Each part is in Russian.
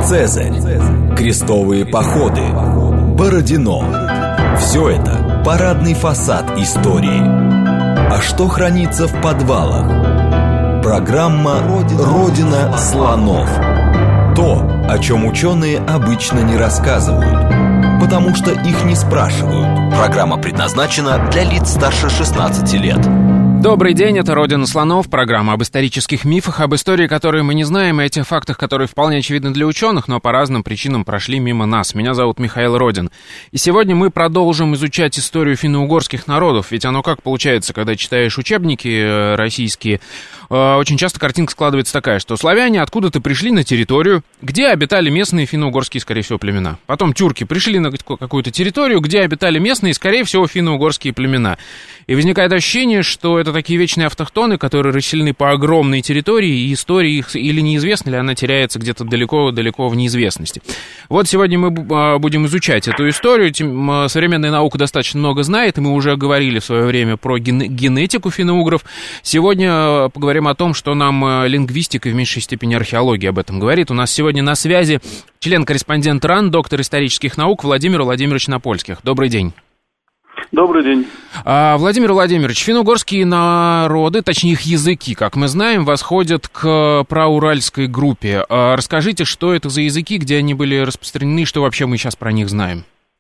Цезарь, крестовые походы, Бородино. Все это парадный фасад истории. А что хранится в подвалах? Программа «Родина слонов». То, о чем ученые обычно не рассказывают, потому что их не спрашивают. Программа предназначена для лиц старше 16 лет. Добрый день, это «Родина слонов», программа об исторических мифах, об истории, которые мы не знаем, и о тех фактах, которые вполне очевидны для ученых, но по разным причинам прошли мимо нас. Меня зовут Михаил Родин. И сегодня мы продолжим изучать историю финно-угорских народов, ведь оно как получается, когда читаешь учебники российские, очень часто картинка складывается такая, что славяне откуда-то пришли на территорию, где обитали местные финно-угорские, скорее всего, племена. Потом тюрки пришли на какую-то территорию, где обитали местные, скорее всего, финно-угорские племена. И возникает ощущение, что это такие вечные автохтоны, которые расселены по огромной территории, и история их или неизвестна, или она теряется где-то далеко-далеко в неизвестности. Вот сегодня мы будем изучать эту историю. Современная наука достаточно много знает, и мы уже говорили в свое время про генетику финно-угров. Сегодня поговорим о том, что нам лингвистика и в меньшей степени археология об этом говорит. У нас сегодня на связи член-корреспондент РАН, доктор исторических наук Владимир Владимирович Напольских. Добрый день. Добрый день. Владимир Владимирович, финно-угорские народы, точнее их языки, как мы знаем, восходят к прауральской группе. Расскажите, что это за языки, где они были распространены, что вообще мы сейчас про них знаем?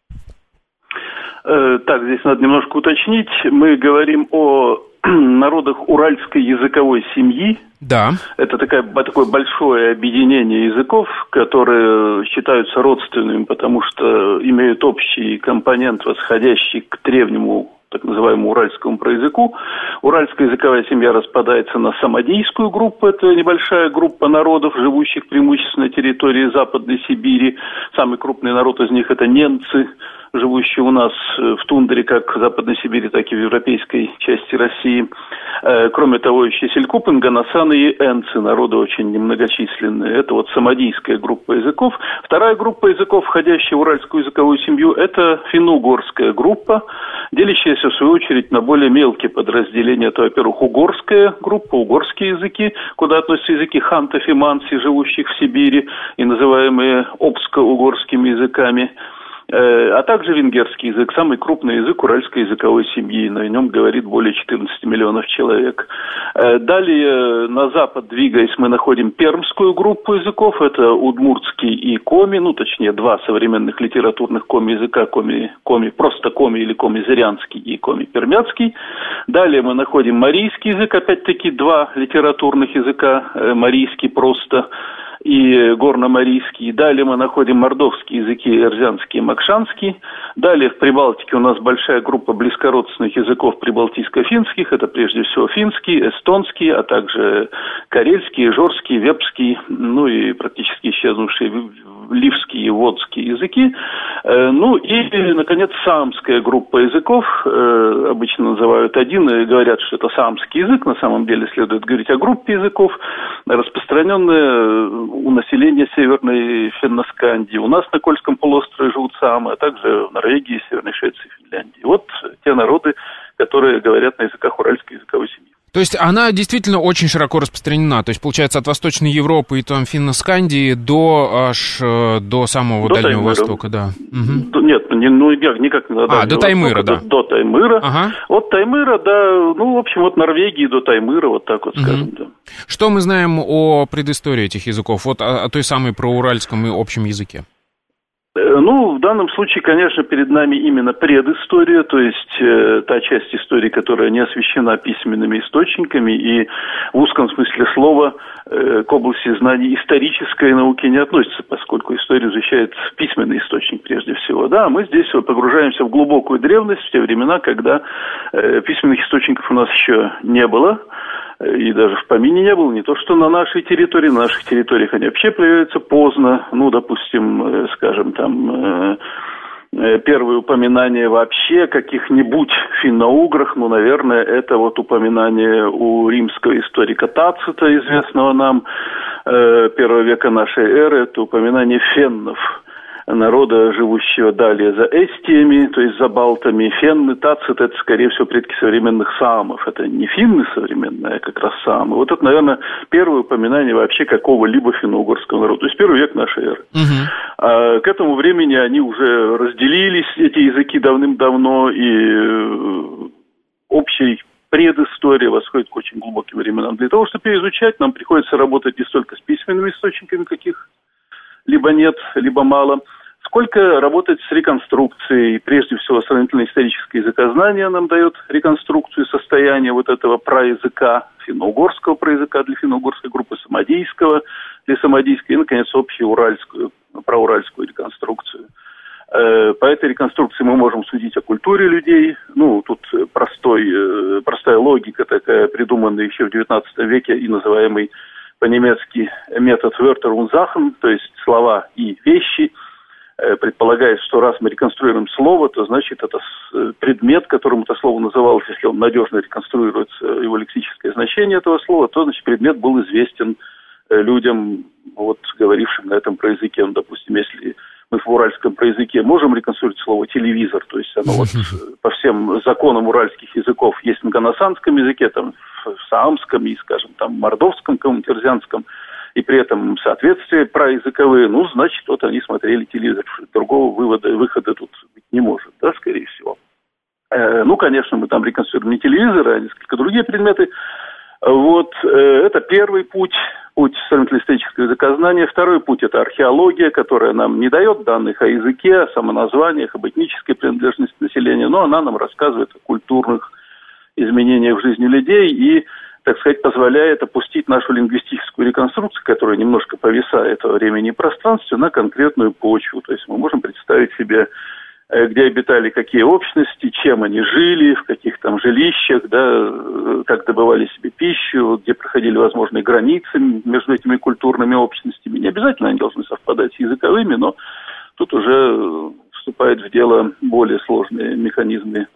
Так, здесь надо немножко уточнить. Мы говорим о народах уральской языковой семьи. Да. Это такое большое объединение языков, которые считаются родственными, потому что имеют общий компонент, восходящий к древнему, так называемому уральскому праязыку. Уральская языковая семья распадается на самодийскую группу. Это небольшая группа народов, живущих преимущественно на территории Западной Сибири. Самый крупный народ из них – это ненцы, живущие у нас в тундре, как в Западной Сибири, так и в европейской части России. Кроме того, еще селькупы, ганасаны и энцы, народы очень немногочисленные. Это вот самодийская группа языков. Вторая группа языков, входящая в уральскую языковую семью, это финно-угорская группа, делящаяся, в свою очередь, на более мелкие подразделения. Это, во-первых, угорская группа, угорские языки, куда относятся языки хантов и манси, живущих в Сибири, и называемые обско-угорскими языками. А также венгерский язык, самый крупный язык уральской языковой семьи. На нем говорит более 14 миллионов человек. Далее на запад, двигаясь, мы находим пермскую группу языков. Это удмуртский и коми, точнее, два современных литературных коми-языка. Коми, просто коми или коми-зырянский и коми-пермяцкий. Далее мы находим марийский язык, опять-таки два литературных языка. Марийский просто и горно-марийский. Далее мы находим мордовские языки, эрзянский и макшанский. Далее в Прибалтике у нас большая группа близкородственных языков прибалтийско-финских. Это прежде всего финский, эстонский, а также карельский, жорский, вепский, и практически исчезнувшие ливские и водские языки. И, наконец, саамская группа языков. Обычно называют один и говорят, что это саамский язык. На самом деле следует говорить о группе языков, распространенная у населения Северной Финно-Скандии. У нас на Кольском полуострове живут саамы, а также в Норвегии, Северной Швеции, Финляндии. Вот те народы, которые говорят на языках уральской языковой семьи. То есть она действительно очень широко распространена. То есть, получается, от Восточной Европы и там Финно-Скандии до самого Дальнего Таймыра. Востока, да. Угу. Нет, никак не до до Таймыра, Востока, да. До Таймыра. Ага. От Таймыра в общем, от Норвегии до Таймыра, вот так вот скажем, да. Что мы знаем о предыстории этих языков, вот о той самой проуральском и общем языке? В данном случае, конечно, перед нами именно предыстория, то есть та часть истории, которая не освещена письменными источниками и в узком смысле слова к области знаний исторической науки не относится, поскольку историю изучает письменный источник прежде всего. Да, мы здесь погружаемся в глубокую древность, в те времена, когда письменных источников у нас еще не было. И даже в помине не было, не то что на нашей территории, на наших территориях они вообще появляются поздно, допустим, скажем, там, первые упоминания вообще каких-нибудь финно-уграх, наверное, это вот упоминание у римского историка Тацита, известного нам, 1 века нашей эры, это упоминание феннов. народа, живущего далее за Эстиями, то есть за Балтами. Фенны, тацит – это, скорее всего, предки современных саамов. Это не финны современные, а как раз саамы. Вот это, наверное, первое упоминание вообще какого-либо финно-угорского народа. То есть первый век нашей эры. А к этому времени они уже разделились, эти языки, давным-давно, и общий предыстория восходит к очень глубоким временам. Для того, чтобы ее изучать, нам приходится работать не столько с письменными источниками, каких либо нет, либо мало, сколько работать с реконструкцией. Прежде всего, сравнительно-историческое языкознание нам дает реконструкцию состояния вот этого праязыка, финно-угорского праязыка для финно-угорской группы, самодийского для самодийской и, наконец, общую уральскую, проуральскую реконструкцию. По этой реконструкции мы можем судить о культуре людей. Ну, тут простая логика такая, придуманная еще в XIX веке и называемый по-немецки метод Wörter und Sachen, то есть слова и вещи. Предполагает, что раз мы реконструируем слово, то значит это предмет, которым это слово называлось, если он надежно реконструируется, его лексическое значение этого слова, то значит предмет был известен людям, вот, говорившим на этом праязыке. Ну, допустим, если мы в уральском праязыке можем реконструировать слово «телевизор», то есть оно вот по всем законам уральских языков есть в ганассанском языке, там, в саамском и, скажем, там, мордовском, каунтерзианском, и при этом соответствия праязыковые, ну, значит, вот они смотрели телевизор. Другого выхода тут быть не может, да, скорее всего. Ну, конечно, мы там реконструируем не телевизоры, а несколько другие предметы. Вот, это первый путь сравнительно-исторического языкознания. Второй путь – это археология, которая нам не дает данных о языке, о самоназваниях, об этнической принадлежности населения, но она нам рассказывает о культурных изменениях в жизни людей и, так сказать, позволяет опустить нашу лингвистическую реконструкцию, которая немножко повисает во времени и пространстве, на конкретную почву. То есть мы можем представить себе, где обитали какие общности, чем они жили, в каких там жилищах, да, как добывали себе пищу, где проходили возможные границы между этими культурными общностями. Не обязательно они должны совпадать с языковыми, но тут уже вступают в дело более сложные механизмы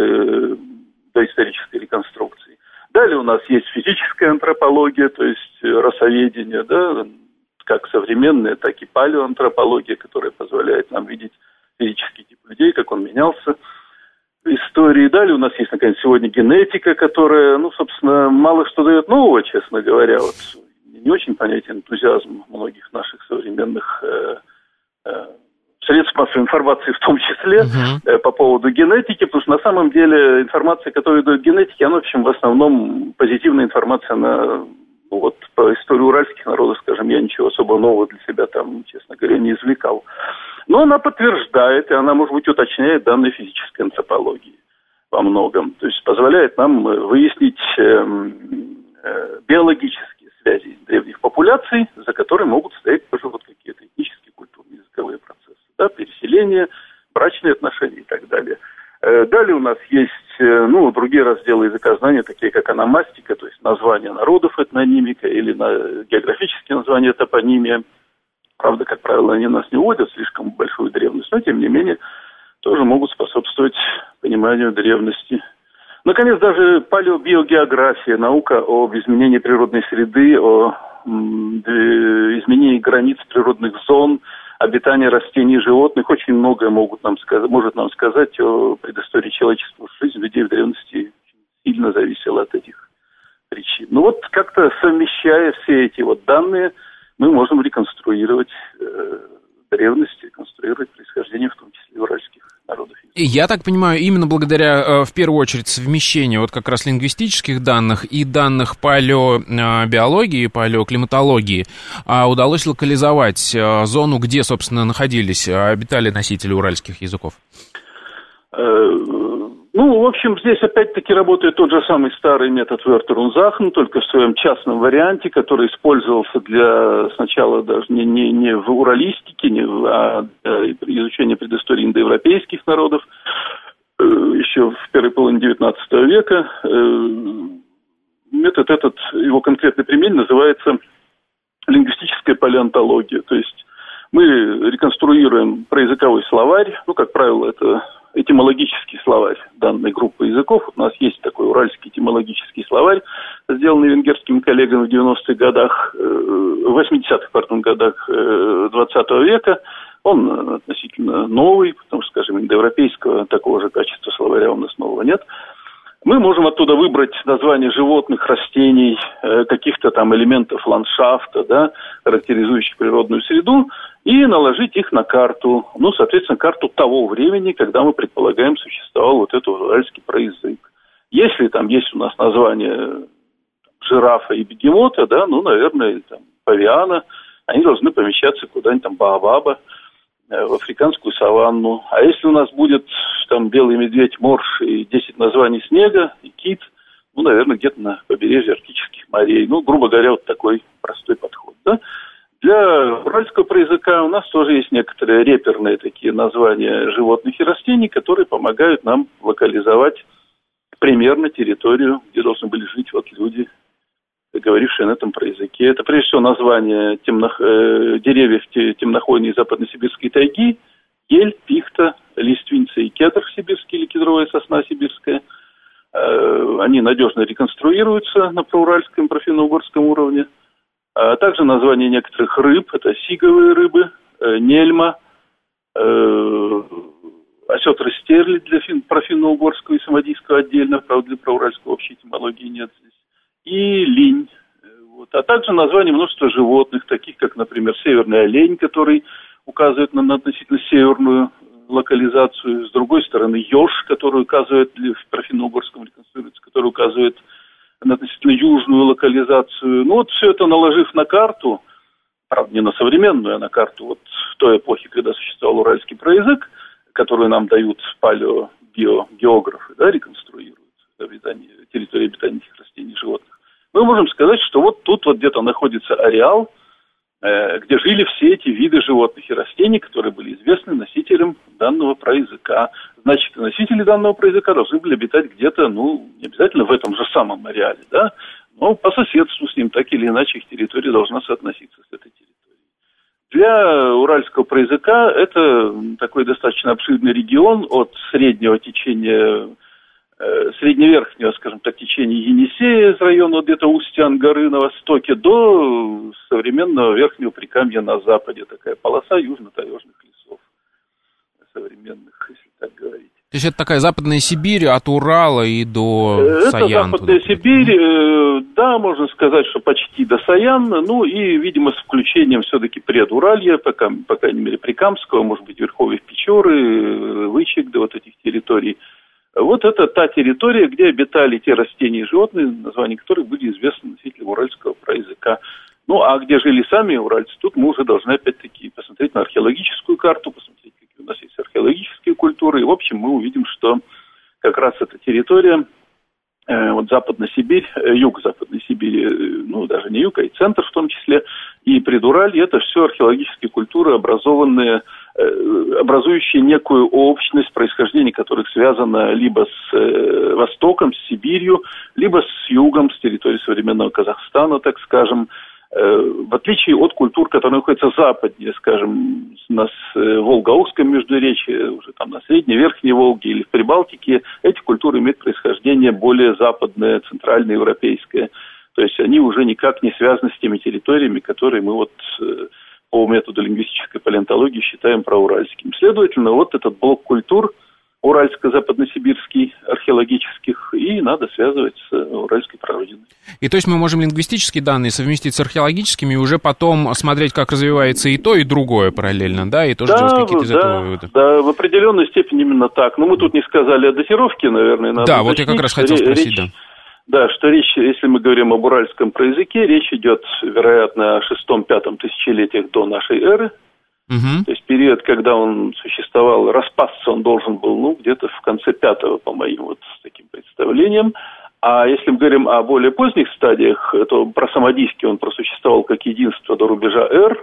доисторической реконструкции. Далее у нас есть физическая антропология, то есть расоведение, да, как современная, так и палеоантропология, которая позволяет нам видеть физический тип людей, как он менялся в истории. Далее у нас есть, наконец, сегодня генетика, которая, ну, собственно, мало что дает нового, честно говоря. Вот не очень понятен энтузиазм многих наших современных средств массовой информации в том числе по поводу генетики, потому что на самом деле информация, которую дают генетики, она, в общем, в основном позитивная информация, она, ну, вот по истории уральских народов, скажем, я ничего особо нового для себя там, честно говоря, не извлекал. Но она подтверждает, и она, может быть, уточняет данные физической антропологии во многом. То есть позволяет нам выяснить биологические связи древних популяций, за которыми могут стоять тоже вот какие-то этнические, культурные, языковые процессы. Да, переселение, брачные отношения и так далее. Далее у нас есть, ну, другие разделы языкознания, такие как ономастика, то есть названия народов, этнонимика, или географические названия, топонимия. Правда, как правило, они нас не уводят в слишком большую древность, но, тем не менее, тоже могут способствовать пониманию древности. Наконец, даже палеобиогеография, наука об изменении природной среды, о изменении границ природных зон, обитания растений и животных, очень многое может нам сказать о предыстории человечества. Жизнь людей в древности сильно зависела от этих причин. Ну вот как-то совмещая все эти вот данные, мы можем реконструировать древность, реконструировать происхождение, в том числе уральских народов. И я так понимаю, именно благодаря, в первую очередь, совмещению вот как раз лингвистических данных и данных палеобиологии, палеоклиматологии, удалось локализовать зону, где, собственно, обитали носители уральских языков. Ну, в общем, здесь опять-таки работает тот же самый старый метод Wörter und Sachen, только в своем частном варианте, который использовался для сначала даже не в уралистике, а изучения предыстории индоевропейских народов, еще в первой половине XIX века. Метод этот, его конкретное применение называется лингвистическая палеонтология, то есть мы реконструируем проязыковой словарь, ну, как правило, это этимологический словарь данной группы языков. У нас есть такой уральский этимологический словарь, сделанный венгерскими коллегами в 90-х годах, в 80-х, годах 20 века. Он относительно новый, потому что, скажем, индоевропейского такого же качества словаря у нас нового нет. Мы можем оттуда выбрать названия животных, растений, каких-то там элементов ландшафта, да, характеризующих природную среду, и наложить их на карту. Ну, соответственно, карту того времени, когда мы предполагаем, существовал вот этот уральский проязык. Если там есть у нас название жирафа и бегемота, да, ну, наверное, там, павиана, они должны помещаться куда-нибудь там Баобаба, в африканскую саванну. А если у нас будет там белый медведь, морж и 10 названий снега, и кит, ну, наверное, где-то на побережье арктических морей. Ну, грубо говоря, вот такой простой подход, да. Для уральского проязыка у нас тоже есть некоторые реперные такие названия животных и растений, которые помогают нам локализовать примерно территорию, где должны были жить вот люди, говорившие на этом языке. Это, прежде всего, название деревьев темнохвойной западносибирской тайги: ель, пихта, лиственница и кедр сибирский или кедровая сосна сибирская. Они надежно реконструируются на проуральском, профинно-угорском уровне. А также названия некоторых рыб: это сиговые рыбы, нельма, осетры стерли для профинно-угорского и самодийского отдельно, правда, для проуральского общей этимологии нет здесь. И линь. Вот. А также название множества животных, таких как, например, северный олень, который указывает на относительно северную локализацию. С другой стороны, еж, который указывает, в профинно-угорском реконструируется, который указывает на относительно южную локализацию. Ну вот все это наложив на карту, правда, не на современную, а на карту вот той эпохи, когда существовал уральский проязык, которую нам дают палеогеографы, да, реконструируют территории обитания этих растений и животных, мы можем сказать, что вот тут вот где-то находится ареал, где жили все эти виды животных и растений, которые были известны носителям данного проязыка. Значит, и носители данного проязыка должны были обитать где-то, ну, не обязательно в этом же самом ареале, да, но по соседству с ним, так или иначе, их территория должна соотноситься с этой территорией. Для уральского проязыка это такой достаточно обширный регион от среднего течения, средневерхнего, скажем так, течения Енисея из района где-то Устьян-горы на востоке до современного Верхнего Прикамья на западе. Такая полоса южно-таежных лесов современных, если так говорить. То есть это такая Западная Сибирь от Урала и до Саян? Это Западная Сибирь, да, можно сказать, что почти до Саян, ну и, видимо, с включением все-таки предуралья, по крайней мере, Прикамского, может быть, Верховьев Печоры, Вычек, до вот этих территорий. Вот это та территория, где обитали те растения и животные, названия которых были известны носителям уральского проязыка. Ну, а где жили сами уральцы, тут мы уже должны, опять-таки, посмотреть на археологическую карту, посмотреть, какие у нас есть археологические культуры. И, в общем, мы увидим, что как раз эта территория, вот Западная Сибирь, юг Западной Сибири, ну, даже не юг, а и центр в том числе, и Предуралье, это все археологические культуры, образующие некую общность, происхождение которых связано либо с Востоком, с Сибирью, либо с югом, с территорией современного Казахстана, так скажем, в отличие от культур, которые находятся западнее, скажем, на Волго-Узком междуречье, уже там на Средней, Верхней Волге или в Прибалтике, эти культуры имеют происхождение более западное, центральноевропейское. То есть они уже никак не связаны с теми территориями, которые мы вот по методу лингвистической палеонтологии считаем проуральскими. Следовательно, вот этот блок культур уральско-западносибирский, археологических, и надо связывать с уральской прародиной. И то есть мы можем лингвистические данные совместить с археологическими и уже потом смотреть, как развивается и то, и другое параллельно, да, и тоже делать какие-то из этого выводы. Да, в определенной степени именно так. Но мы тут не сказали о датировке, наверное, надо уточнить. Вот я как раз хотел спросить, да. Да, что речь, если мы говорим об уральском проязыке, речь идет, вероятно, о 6-5 тысячелетиях до нашей эры. Угу. То есть период, когда он существовал, распасться он должен был, ну, где-то в конце 5-го, по моим вот таким представлениям. А если мы говорим о более поздних стадиях, то про самодийский он просуществовал как единство до рубежа эр,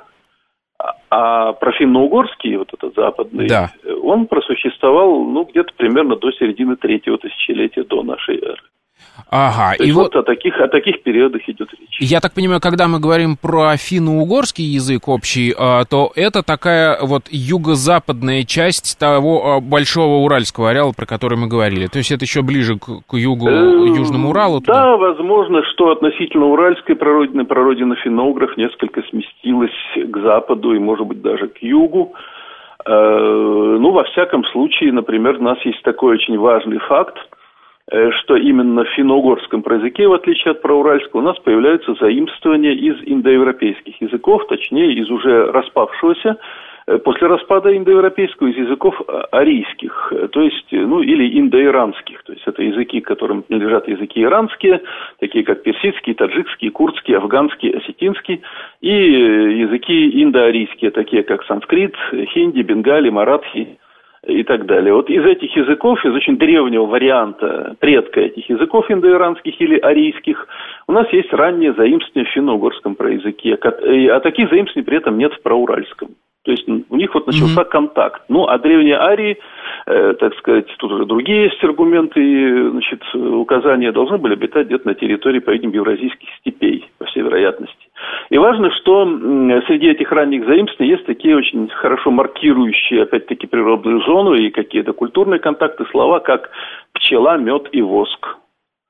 а про финно-угорский, вот этот западный, да, он просуществовал, ну, где-то примерно до середины 3-го тысячелетия до нашей эры. Ага, то и вот о таких периодах идет речь. Я так понимаю, когда мы говорим про финно-угорский язык общий, то это такая вот юго-западная часть того большого уральского ареала, про который мы говорили. То есть это еще ближе к Южному Уралу? Туда? Да, возможно, что относительно уральской прародина финно-угров несколько сместилась к западу и, может быть, даже к югу. Во всяком случае, например, у нас есть такой очень важный факт, что именно в финно-угорском языке, в отличие от проуральского, у нас появляются заимствования из индоевропейских языков, точнее, из уже распавшегося, после распада индоевропейского, из языков арийских, то есть, или индоиранских, то есть это языки, к которым принадлежат языки иранские, такие как персидский, таджикский, курдский, афганский, осетинский, и языки индоарийские, такие как санскрит, хинди, бенгали, маратхи и так далее. Вот из этих языков, из очень древнего варианта, предка этих языков индоиранских или арийских, у нас есть раннее заимствование в финно-угорском языке, а таких заимствований при этом нет в проуральском. То есть у них вот начался контакт. А древние арии, так сказать, тут уже другие есть аргументы, указания, должны были обитать где-то на территории, по-видимому, евразийских степей, по всей вероятности. И важно, что среди этих ранних заимствований есть такие очень хорошо маркирующие, опять-таки, природную зону и какие-то культурные контакты, слова, как пчела, мед и воск.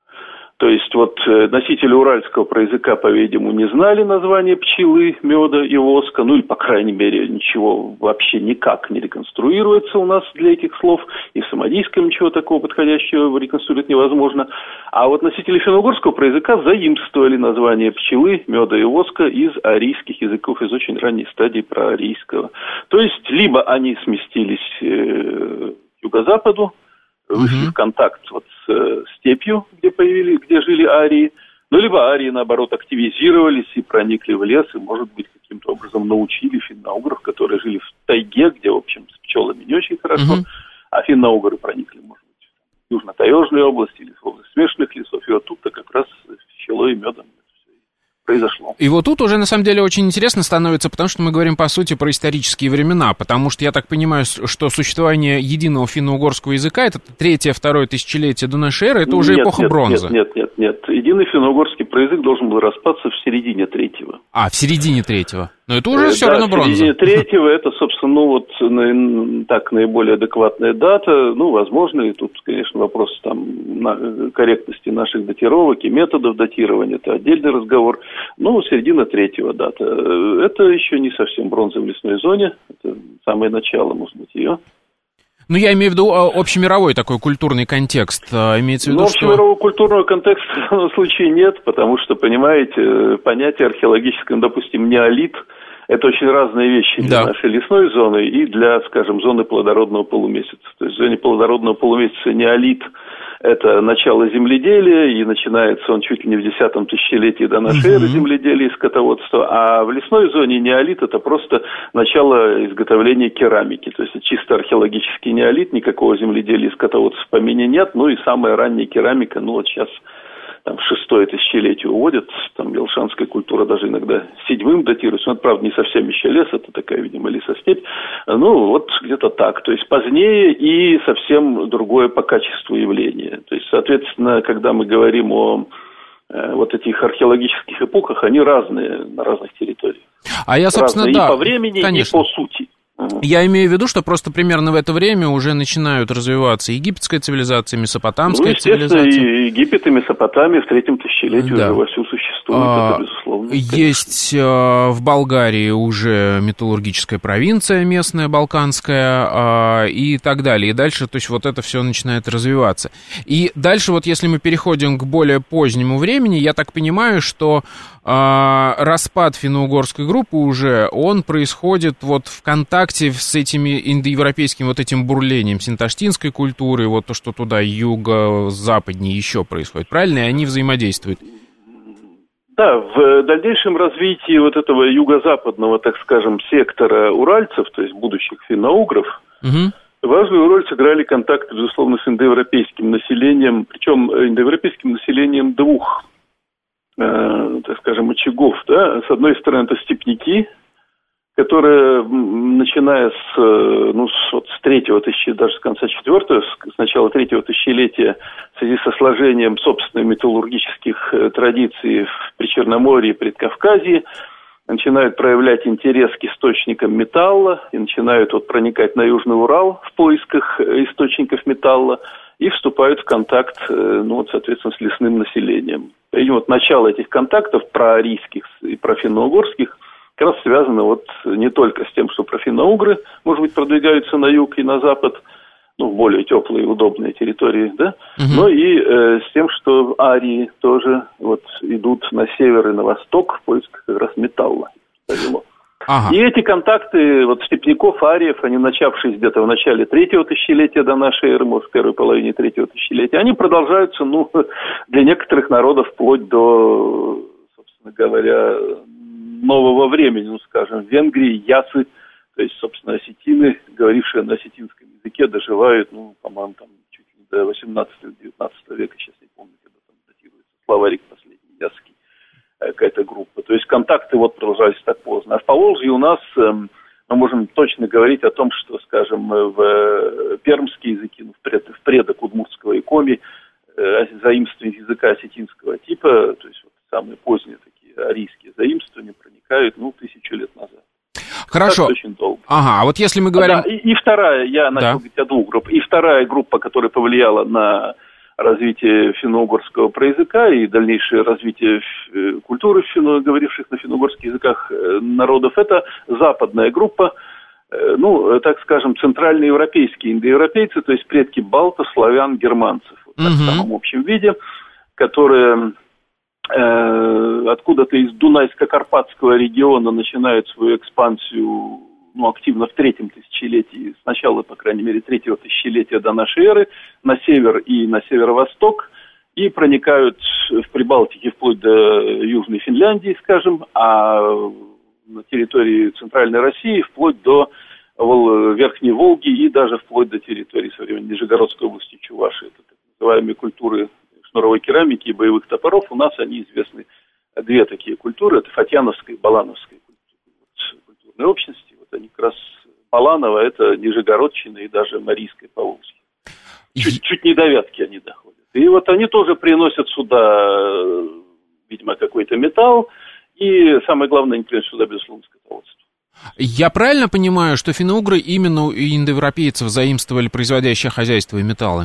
То есть носители уральского языка, по-видимому, не знали название пчелы, меда и воска, или, по крайней мере, ничего вообще никак не реконструируется у нас для этих слов, и в самодийском ничего такого подходящего реконструировать невозможно. А носители финно-угорского языка заимствовали название пчелы, меда и воска из арийских языков, из очень ранней стадии проарийского. То есть, либо они сместились к юго-западу, вышли в контакт с степью, где жили арии, либо арии, наоборот, активизировались и проникли в лес, и, может быть, каким-то образом научили финно-угров, которые жили в тайге, где, в общем, с пчелами не очень хорошо, а финно-угры проникли, может быть, в южно-таежную область или в область смешанных лесов, и тут-то как раз с пчелой и медом произошло. И тут уже, на самом деле, очень интересно становится, потому что мы говорим, по сути, про исторические времена, потому что я так понимаю, что существование единого финно-угорского языка, это 3-2 тысячелетие до нашей эры, это уже эпоха бронзы. Нет. Единый финно-угорский язык должен был распаться в середине 3-го. В середине 3-го. Но это уже все равно бронза. В середине 3-го это, собственно, наиболее адекватная дата. Возможно, и тут, конечно, вопрос корректности наших датировок и методов датирования, это отдельный разговор. Середина 3-го дата. Это еще не совсем бронза в лесной зоне, это самое начало, может быть, ее. Я имею в виду общемировой такой культурный контекст. Имеется в виду, общемирового культурного контекста в данном случае нет, потому что, понимаете, понятие археологическое, допустим, неолит, это очень разные вещи для нашей лесной зоны и для, скажем, зоны плодородного полумесяца. То есть в зоне плодородного полумесяца неолит – это начало земледелия, и начинается он чуть ли не в 10 тысячелетии до нашей эры земледелия и скотоводства, а в лесной зоне неолит – это просто начало изготовления керамики, то есть это чисто археологический неолит, никакого земледелия и скотоводства в помине нет, и самая ранняя керамика, сейчас в 6-е тысячелетие уводят, елшанская культура даже иногда 7-м датируется, это, правда, не совсем еще лес, это такая, видимо, лесостепь, где-то так, то есть позднее и совсем другое по качеству явление, то есть, соответственно, когда мы говорим о этих археологических эпохах, они разные на разных территориях. А я, собственно, разные и по времени, конечно. И по сути. Я имею в виду, что просто примерно в это время уже начинают развиваться египетская цивилизация, месопотамская цивилизация. И Египет, и Месопотамия в 3-м тысячелетии уже вовсю существуют, это безусловно. Есть в Болгарии уже металлургическая провинция местная, балканская, и так далее. И дальше, то есть это все начинает развиваться. И дальше если мы переходим к более позднему времени, я так понимаю, что распад финно-угорской группы уже, он происходит в контакте с этими индоевропейским этим бурлением синташтинской культуры, то, что туда юго-западнее еще происходит, правильно? И они взаимодействуют. Да, в дальнейшем развитии этого юго-западного, так скажем, сектора уральцев, то есть будущих финно-угров, важную роль сыграли контакты, безусловно, с индоевропейским населением, причем индоевропейским населением двух, так скажем, очагов. С одной стороны, это степняки, которые, начиная с 3-го тысячелетия, даже с конца 4-го, с начала 3-го тысячелетия, в связи со сложением собственных металлургических традиций в Причерноморье и Предкавказье, начинают проявлять интерес к источникам металла и начинают проникать на Южный Урал в поисках источников металла и вступают в контакт, соответственно, с лесным населением. И начало этих контактов проарийских и профинно-угорских как раз связано вот не только с тем, что профинно-угры, может быть, продвигаются на юг и на запад, в более теплые и удобные территории, да, но и с тем, что арии тоже вот идут на север и на восток в поисках как раз металла. Ага. И эти контакты вот степняков, ариев, они начавшись где-то в начале 3-го тысячелетия до нашей эры, может, в первой половине 3-го тысячелетия, они продолжаются, для некоторых народов вплоть до, собственно говоря, нового времени, скажем, в Венгрии ясы, то есть, собственно, осетины, говорившие на осетинском языке, доживают, по-моему, там чуть ли до 18-19 века, сейчас не помню, когда там датируется словарик последний, ясский, какая-то группа. То есть контакты вот продолжались так поздно. А в Поволжье у нас мы можем точно говорить о том, что, скажем, в пермские языки, в предок удмуртского и коми, заимствования языка осетинского типа, то есть вот самые поздние такие арийские заимствования проникают, 1000 лет назад. Хорошо. Так очень долго. Ага, а вот если мы говорим... Да, и вторая, я начал говорить о двух группах, и вторая группа, которая повлияла на развитие финно-угорского проязыка и дальнейшее развитие культуры говоривших на финно-угорских языках народов, это западная группа, так скажем, центральноевропейские индоевропейцы, то есть предки балтов, славян, германцев, в самом общем виде, которые откуда-то из Дунайско-Карпатского региона начинают свою экспансию активно в 3-м тысячелетии, сначала, по крайней мере, 3-го тысячелетия до нашей эры, на север и на северо-восток, и проникают в Прибалтике вплоть до Южной Финляндии, скажем, а на территории Центральной России вплоть до Верхней Волги и даже вплоть до территории современной Нижегородской области Чувашии. Это так называемые культуры шнуровой керамики и боевых топоров. У нас они известны две такие культуры, это Фатьяновская и Балановская культурные общности. Они как раз Баланово, это Нижегородщина и даже Марийское Поволжье. Чуть не до Вятки они доходят. И вот они тоже приносят сюда, видимо, какой-то металл, и самое главное, они приносят сюда, безусловно, скотоводство. Я правильно понимаю, что финно-угры именно у индоевропейцев заимствовали производящее хозяйство и металлы?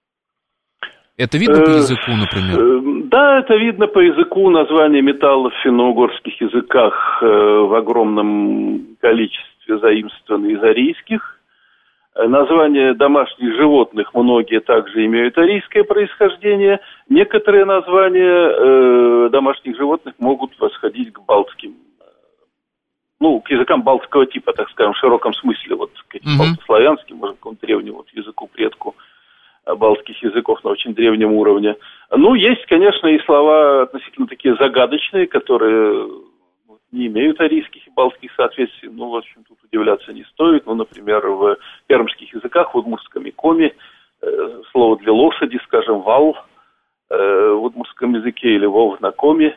Это видно по языку, например? Да, это видно по языку. Названия металлов в финно-угорских языках в огромном количестве заимствованы из арийских. Названия домашних животных многие также имеют арийское происхождение. Некоторые названия домашних животных могут восходить к балтским, к языкам балтского типа, так скажем, в широком смысле, к этим балтославянским, может, к какому-то древнему языку предку балтских языков на очень древнем уровне. Есть, конечно, и слова относительно такие загадочные, которые не имеют арийских и балтских соответствий. В общем, тут удивляться не стоит. Например, в пермских языках, в удмуртском и коми, слово для лошади, скажем, вал в удмуртском языке или вов на коми,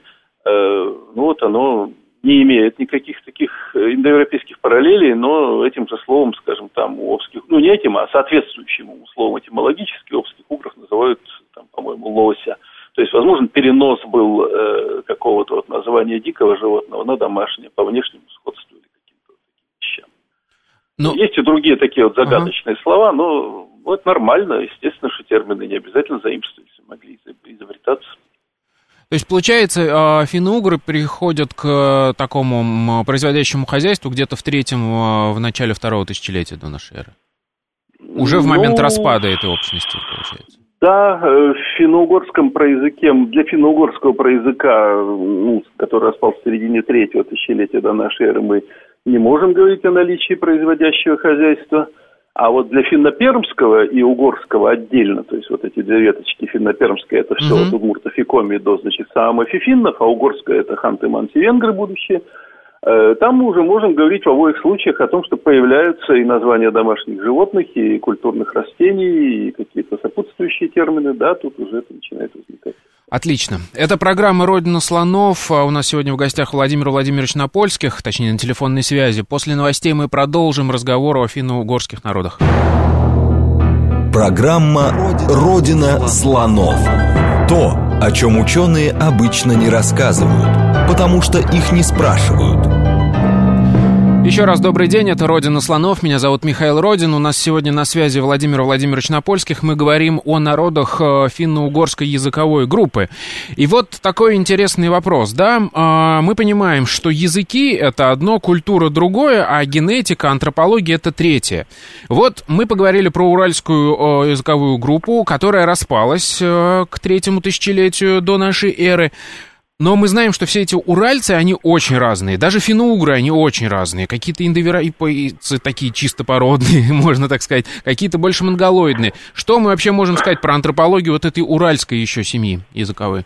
оно не имеет никаких таких индоевропейских параллелей, но этим же словом, скажем, там у обских, не этим, а соответствующим ему словом этимологически обских угров называют, по-моему, лося. То есть, возможно, перенос был какого-то названия дикого животного на домашнее по внешнему сходству или каким-то таким вещам. Есть и другие такие загадочные слова, но это нормально, естественно, что термины не обязательно заимствуются, могли изобретаться. То есть, получается, финно-угры приходят к такому производящему хозяйству где-то в начале 2-го тысячелетия до нашей эры? Уже в момент распада этой общности, получается? Да, в финно-угорском языке, для финно-угорского языка, который распался в середине 3-го тысячелетия до нашей эры, мы не можем говорить о наличии производящего хозяйства. А вот для финно-пермского и угорского отдельно, то есть эти две веточки, финно-пермская, это все от удмуртов и коми до, саамов и финнов, а угорская это ханты-манси, венгры будущие. Там мы уже можем говорить в обоих случаях о том, что появляются и названия домашних животных, и культурных растений, и какие-то сопутствующие термины, да, тут уже это начинает возникать. Отлично. Это программа «Родина слонов». У нас сегодня в гостях Владимир Владимирович Напольских, точнее, на телефонной связи. После новостей мы продолжим разговор о финно-угорских народах. Программа «Родина слонов». То, о чем ученые обычно не рассказывают, потому что их не спрашивают. Еще раз добрый день, это «Родина слонов», меня зовут Михаил Родин, у нас сегодня на связи Владимир Владимирович Напольских, мы говорим о народах финно-угорской языковой группы. И вот такой интересный вопрос, да, мы понимаем, что языки — это одно, культура — другое, а генетика, антропология — это третье. Вот мы поговорили про уральскую языковую группу, которая распалась к третьему тысячелетию до нашей эры. Но мы знаем, что все эти уральцы, они очень разные. Даже финно-угры, они очень разные. Какие-то индоевропейцы такие чисто породные, можно так сказать. Какие-то больше монголоидные. Что мы вообще можем сказать про антропологию вот этой уральской еще семьи языковой?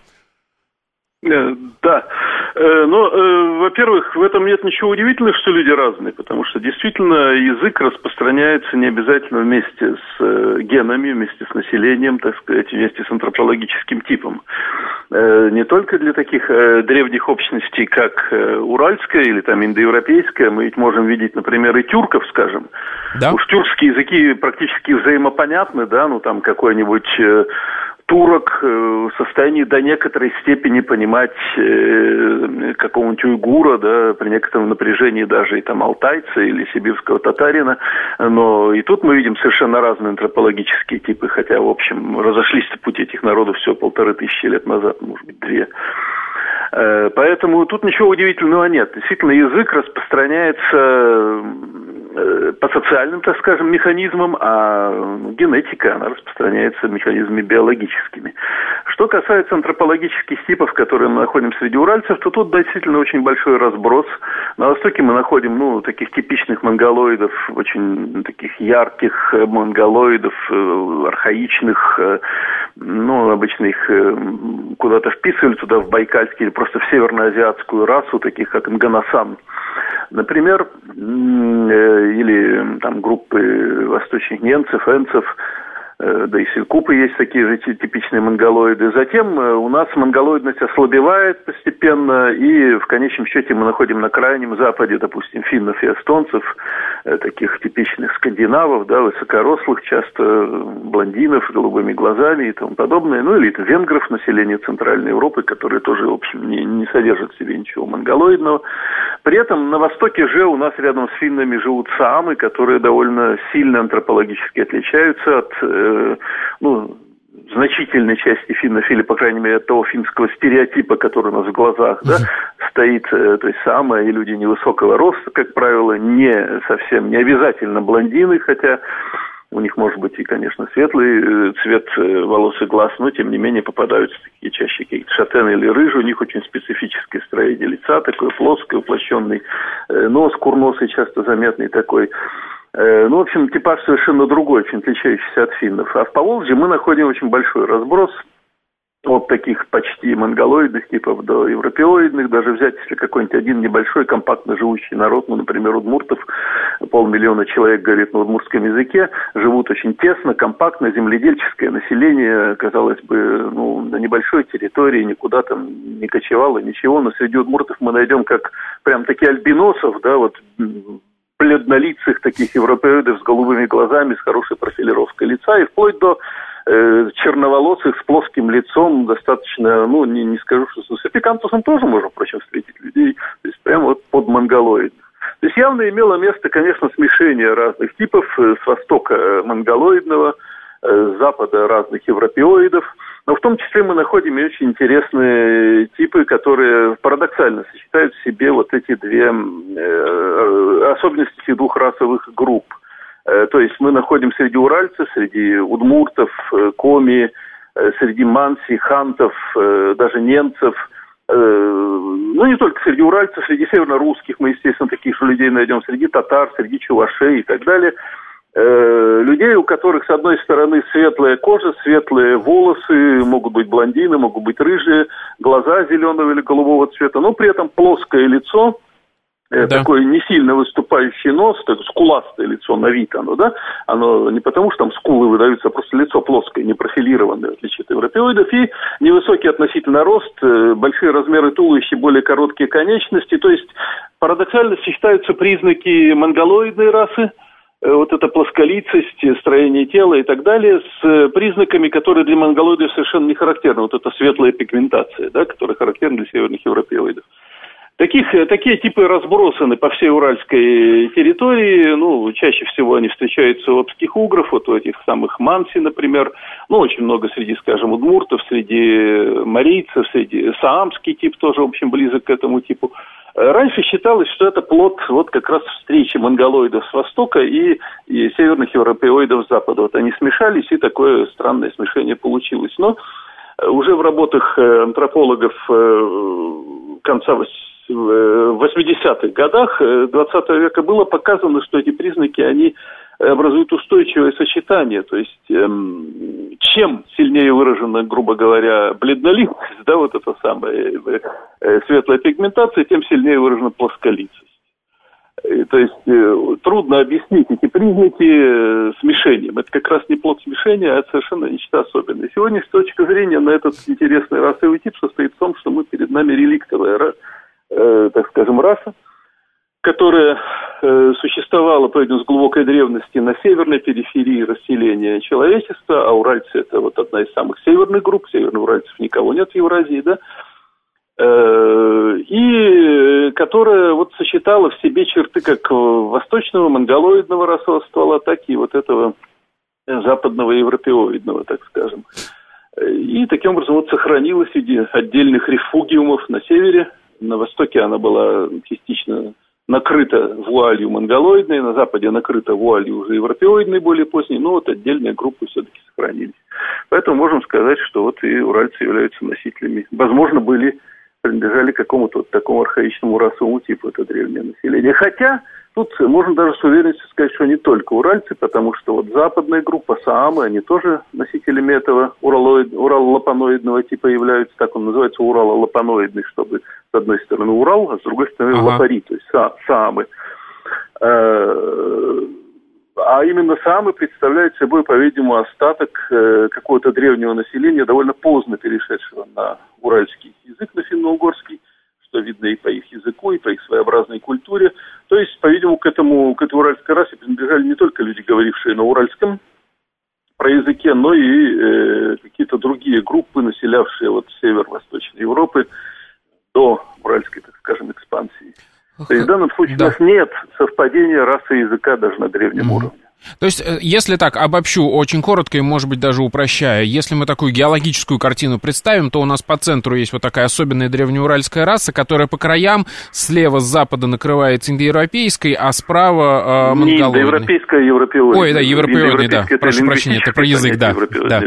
Да. Во-первых, в этом нет ничего удивительного, что люди разные, потому что действительно язык распространяется не обязательно вместе с генами, вместе с населением, так сказать, вместе с антропологическим типом. Не только для таких древних общностей, как уральская или там индоевропейская, мы ведь можем видеть, например, и тюрков, скажем. Да? Уж тюркские языки практически взаимопонятны, да, ну там какой-нибудь... турок в состоянии до некоторой степени понимать какого-нибудь уйгура, да, при некотором напряжении даже и там алтайца или сибирского татарина, но и тут мы видим совершенно разные антропологические типы, хотя, в общем, разошлись пути этих народов всего 1500 лет назад, может быть, 2. Поэтому тут ничего удивительного нет. Действительно, язык распространяется по социальным, так скажем, механизмам, а генетика, она распространяется механизмами биологическими. Что касается антропологических типов, которые мы находим среди уральцев, то тут действительно очень большой разброс. На Востоке мы находим, таких типичных монголоидов, очень таких ярких монголоидов, архаичных, обычно их куда-то вписывали туда, в байкальский или просто в северноазиатскую расу, таких как Нганасан. Например, или там группы восточных немцев, энцев, да и селькупы есть такие же типичные монголоиды. Затем у нас монголоидность ослабевает постепенно, и в конечном счете мы находим на крайнем западе, допустим, финнов и эстонцев, таких типичных скандинавов, да, высокорослых, часто блондинов с голубыми глазами и тому подобное, или это венгров, население Центральной Европы, которые тоже, в общем, не содержат в себе ничего монголоидного. При этом на востоке же у нас рядом с финнами живут саамы, которые довольно сильно антропологически отличаются от значительной части финнов, или, по крайней мере, от того финского стереотипа, который у нас в глазах, да, стоит, то есть самые люди невысокого роста, как правило, не совсем, не обязательно блондины, хотя у них может быть и, конечно, светлый цвет волос и глаз, но, тем не менее, попадаются такие чаще какие-то шатены или рыжие, у них очень специфическое строение лица, такой плоский, уплощенный нос, курносый, часто заметный такой. В общем, типаж совершенно другой, очень отличающийся от финнов. А в Поволжье мы находим очень большой разброс от таких почти монголоидных типов до европеоидных. Даже взять, если какой-нибудь один небольшой, компактно живущий народ, например, удмуртов, 500 000 человек говорит на удмуртском языке, живут очень тесно, компактно, земледельческое население, казалось бы, на небольшой территории, никуда там не кочевало, ничего, но среди удмуртов мы найдем как прям такие альбиносов, да, бледнолицых таких европеоидов с голубыми глазами, с хорошей профилировкой лица, и вплоть до черноволосых с плоским лицом, достаточно, не скажу, что с эпикантусом тоже можем, впрочем, встретить людей, то есть прямо под монголоидных. То есть явно имело место, конечно, смешение разных типов, с востока монголоидного, с запада разных европеоидов, но в том числе мы находим и очень интересные типы, которые парадоксально сочетают в себе эти две особенности этих двух расовых групп. То есть мы находим среди уральцев, среди удмуртов, коми, среди манси, хантов, даже немцев, не только среди уральцев, среди северно-русских мы, естественно, таких же людей найдем, среди татар, среди чувашей и так далее. Людей, у которых, с одной стороны, светлая кожа, светлые волосы, могут быть блондины, могут быть рыжие, глаза зеленого или голубого цвета, но при этом плоское лицо, такой не сильно выступающий нос, скуластое лицо на вид оно не потому, что там скулы выдаются, а просто лицо плоское, не профилированное, в отличие от европеоидов, и невысокий относительно рост, большие размеры туловища, более короткие конечности, то есть парадоксально сочетаются признаки монголоидной расы, эта плосколицость, строение тела и так далее, с признаками, которые для монголоидов совершенно не характерны. Эта светлая пигментация, да, которая характерна для северных европеоидов. Такие типы разбросаны по всей уральской территории. Чаще всего они встречаются у обских угров, вот у этих самых манси, например. Очень много среди, скажем, удмуртов, среди марийцев, среди саамский тип тоже, в общем, близок к этому типу. Раньше считалось, что это плод вот как раз встречи монголоидов с востока и северных европеоидов с запада. Вот они смешались, и такое странное смешение получилось. Но уже в работах антропологов конца 80-х годах 20 века было показано, что эти признаки, они образуют устойчивое сочетание. То есть, чем сильнее выражена, грубо говоря, бледноликость, да, вот эта самая светлая пигментация, тем сильнее выражена плосколицость. То есть, трудно объяснить эти признаки смешением. Это как раз не плод смешения, а это совершенно нечто особенное. Сегодня, с точки зрения на этот интересный расовый тип, состоит в том, что мы перед нами реликтовая, так скажем, раса, которая существовала, по-видимому, с глубокой древности на северной периферии расселения человечества, а уральцы – это вот одна из самых северных групп, северноуральцев никого нет в Евразии, да, и которая вот сочетала в себе черты как восточного монголоидного расового ствола, так и вот этого западного европеоидного, так скажем. И таким образом вот сохранилась в виде отдельных рефугиумов на севере. На востоке она была частично накрыта вуалью монголоидной, на западе накрыта вуалью уже европеоидной, более поздней, но вот отдельные группы все-таки сохранились. Поэтому можем сказать, что вот и уральцы являются носителями, возможно, принадлежали к какому-то вот такому архаичному расовому типу, это древнее население. Хотя тут можно даже с уверенностью сказать, что не только уральцы, потому что вот западная группа саамы, они тоже носителями этого урало-лапаноидного типа являются, так он называется, урало-лапаноидный, чтобы с одной стороны Урал, а с другой стороны лапари, то есть саамы. А именно саамы представляют собой, по-видимому, остаток какого-то древнего населения, довольно поздно перешедшего на уральский язык, на финно-угорский, что видно и по их языку, и по их своеобразной культуре. То есть, по-видимому, к этой уральской расе принадлежали не только люди, говорившие на уральском языке, но и какие-то другие группы, населявшие вот север-восточной Европы до уральской, так скажем, экспансии. То есть в данном случае у нас нет совпадения расы и языка даже на древнем уровне. То есть, если так обобщу очень коротко и, может быть, даже упрощая, если мы такую геологическую картину представим, то у нас по центру есть вот такая особенная древнеуральская раса, которая по краям слева с запада накрывается индоевропейской, а справа монголоидной. Не индоевропейская, а европеоидная. Ой, да, европеоидная, да, прошу прощения, это про язык, да.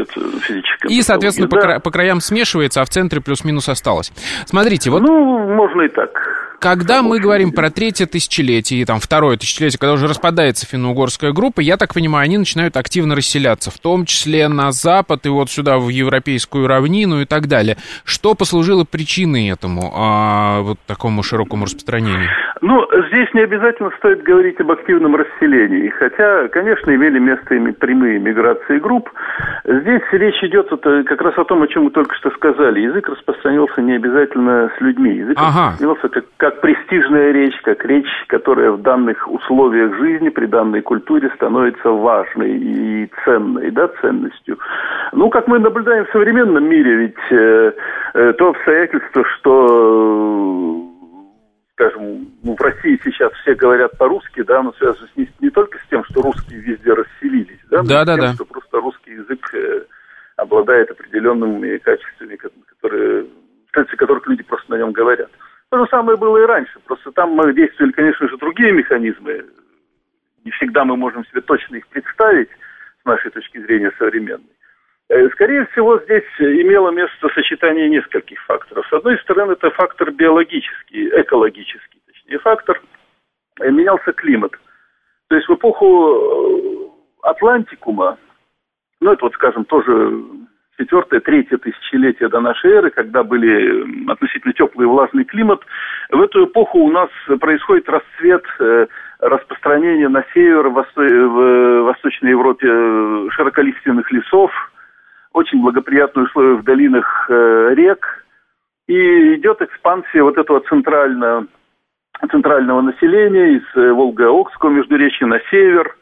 И, соответственно, по краям смешивается, а в центре плюс-минус осталось. Смотрите, вот... можно и так. Когда мы говорим про третье тысячелетие и там второе тысячелетие, когда уже распадается финно-угорская группа, я так понимаю, они начинают активно расселяться, в том числе на запад и вот сюда в европейскую равнину и так далее. Что послужило причиной этому, вот такому широкому распространению? Здесь не обязательно стоит говорить об активном расселении, хотя, конечно, имели место прямые миграции групп. Здесь речь идет как раз о том, о чем мы только что сказали. Язык распространился не обязательно с людьми. Язык распространился как престижная речь, как речь, которая в данных условиях жизни, при данной культуре становится важной и ценной, да, ценностью. Как мы наблюдаем в современном мире, ведь то обстоятельство, что, скажем, в России сейчас все говорят по-русски, да, оно связано не только с тем, что русские везде расселились, да, но с тем, что просто русский язык обладает определенными качествами, вследствие которых люди просто на нем говорят. То же самое было и раньше, просто там действовали, конечно же, другие механизмы. Не всегда мы можем себе точно их представить с нашей точки зрения современной. Скорее всего, здесь имело место сочетание нескольких факторов. С одной стороны, это фактор биологический, экологический, точнее, фактор. Менялся климат. То есть в эпоху Атлантикума, это вот, скажем, тоже 4-3 тысячелетие до нашей эры, когда были относительно теплый и влажный климат, в эту эпоху у нас происходит расцвет, распространение на север, в Восточной Европе широколиственных лесов, очень благоприятные условия в долинах рек, и идет экспансия вот этого центрального населения из Волго-Окского междуречья на север.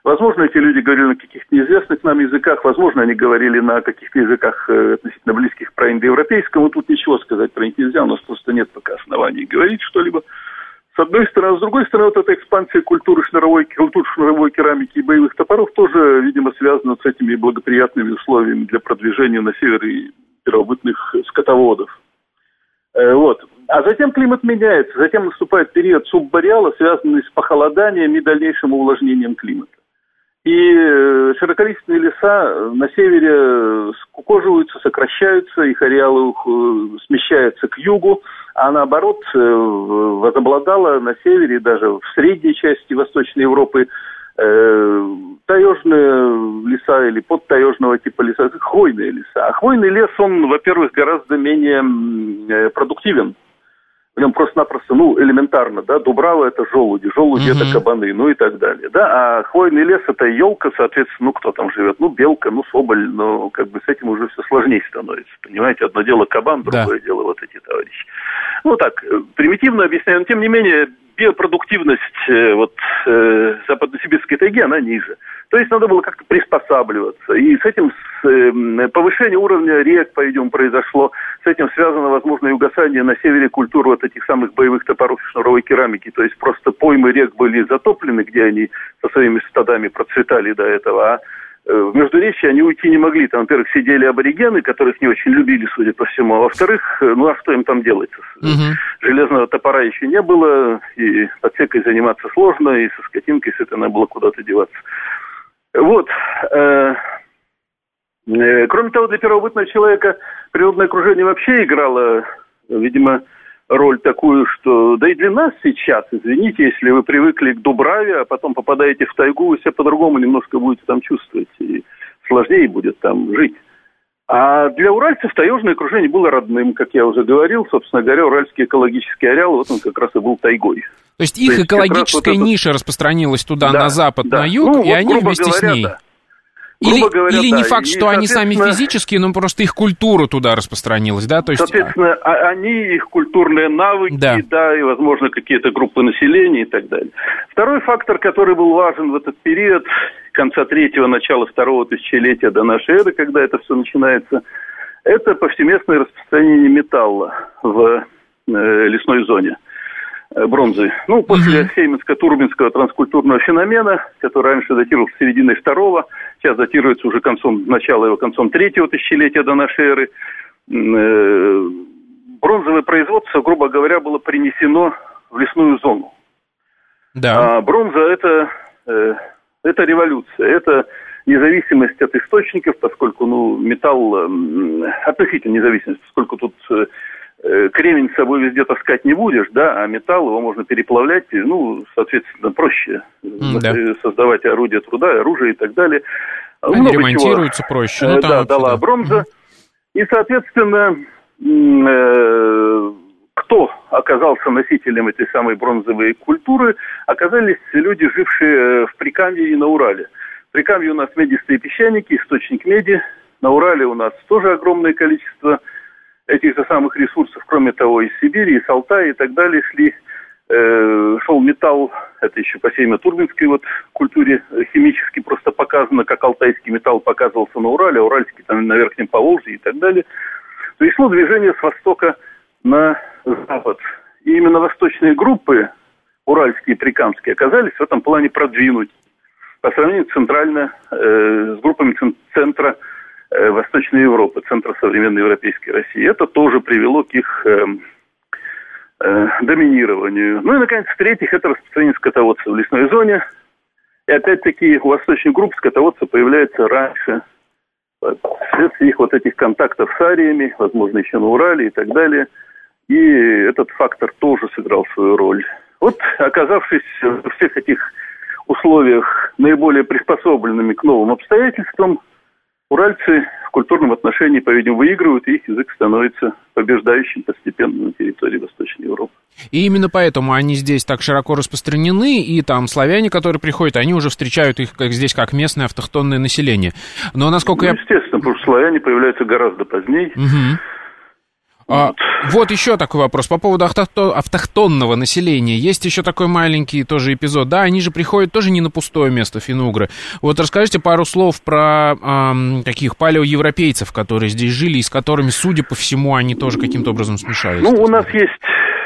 Возможно, эти люди говорили на каких-то неизвестных нам языках, возможно, они говорили на каких-то языках относительно близких про индоевропейскому. Тут ничего сказать про них нельзя, у нас просто нет пока оснований говорить что-либо. С одной стороны. С другой стороны, вот эта экспансия культуры шнуровой керамики и боевых топоров тоже, видимо, связана с этими благоприятными условиями для продвижения на север и первобытных скотоводов. Вот. А затем климат меняется, затем наступает период суббореала, связанный с похолоданием и дальнейшим увлажнением климата. И широколиственные леса на севере скукоживаются, сокращаются, их ареалы смещаются к югу, а наоборот возобладала на севере, даже в средней части Восточной Европы, таежные леса или подтаежного типа леса, хвойные леса. А хвойный лес, он, во-первых, гораздо менее продуктивен. В нем просто-напросто, элементарно, да, дубрава – это желуди это кабаны, и так далее, да, а хвойный лес – это елка, соответственно, кто там живет, белка, соболь, но с этим уже все сложнее становится, понимаете, одно дело кабан, другое дело вот эти товарищи. Так, примитивно объясняю, но тем не менее, биопродуктивность западносибирской тайги, она ниже. То есть надо было как-то приспосабливаться. И с этим повышение уровня рек, по-видимому, произошло. С этим связано, возможно, и угасание на севере культур вот этих самых боевых топоров и шнуровой керамики. То есть просто поймы рек были затоплены, где они со своими стадами процветали до этого, а в Междуречье они уйти не могли. Там, во-первых, сидели аборигены, которых не очень любили, судя по всему. А во-вторых, а что им там делать? Железного топора еще не было, и подсекой заниматься сложно, и со скотинкой с этой надо было куда-то деваться. Вот. Кроме того, для первобытного человека природное окружение вообще играло, видимо, роль такую, что... Да и для нас сейчас, извините, если вы привыкли к дубраве, а потом попадаете в тайгу, вы себя по-другому немножко будете там чувствовать, и сложнее будет там жить. А для уральцев таежное окружение было родным, как я уже говорил. Собственно говоря, уральский экологический ареал, вот он как раз и был тайгой. То есть их экологическая ниша распространилась туда, на запад, на юг, и они вместе с ней. Да. Или не факт, что они сами физически, но просто их культура туда распространилась, да? То есть... Соответственно, они, их культурные навыки, да, и, возможно, какие-то группы населения и так далее. Второй фактор, который был важен в этот период, конца 3-го, начала 2-го тысячелетия до нашей эры, когда это все начинается, это повсеместное распространение металла в лесной зоне. Бронзы. После Сейминско-Турбинского транскультурного феномена, который раньше датировался серединой 2-го, сейчас датируется уже началом 3-го тысячелетия до нашей эры, бронзовое производство, грубо говоря, было принесено в лесную зону. Да. А бронза – это революция, это независимость от источников, поскольку металл относительно независимость, поскольку тут кремень с собой везде таскать не будешь, да, а металл его можно переплавлять, соответственно, проще создавать орудия труда, оружие и так далее. Они ремонтируются проще. Дала бронза. И, соответственно, кто оказался носителем этой самой бронзовой культуры, оказались люди, жившие в Прикамье и на Урале. В Прикамье у нас медистые песчаники, источник меди. На Урале у нас тоже огромное количество этих же самых ресурсов, кроме того, из Сибири, из Алтая и так далее шел металл, это еще по Сеймо-Турбинской культуре химически просто показано, как алтайский металл показывался на Урале, а уральский там на Верхнем Поволжье и так далее. То есть шло движение с востока на запад. И именно восточные группы, уральские и прикамские, оказались в этом плане продвинуть по сравнению с группами центра Восточной Европы, центра современной европейской России. Это тоже привело к их доминированию. И, наконец, в-третьих, это распространение скотоводства в лесной зоне. И, опять-таки, у восточных групп скотоводство появляется раньше. Вследствие их этих контактов с ариями, возможно, еще на Урале и так далее. И этот фактор тоже сыграл свою роль. Оказавшись в всех этих условиях наиболее приспособленными к новым обстоятельствам, уральцы в культурном отношении, по-видимому, выигрывают, и их язык становится побеждающим постепенно на территории Восточной Европы. И именно поэтому они здесь так широко распространены, и там славяне, которые приходят, они уже встречают их здесь как местное автохтонное население. Но насколько естественно, потому что славяне появляются гораздо позднее. Вот еще такой вопрос по поводу автохтонного населения. Есть еще такой маленький тоже эпизод. Да, они же приходят тоже не на пустое место, финно-угры. Вот расскажите пару слов про таких палеоевропейцев, которые здесь жили и с которыми, судя по всему, они тоже каким-то образом смешались. Ну, у нас есть,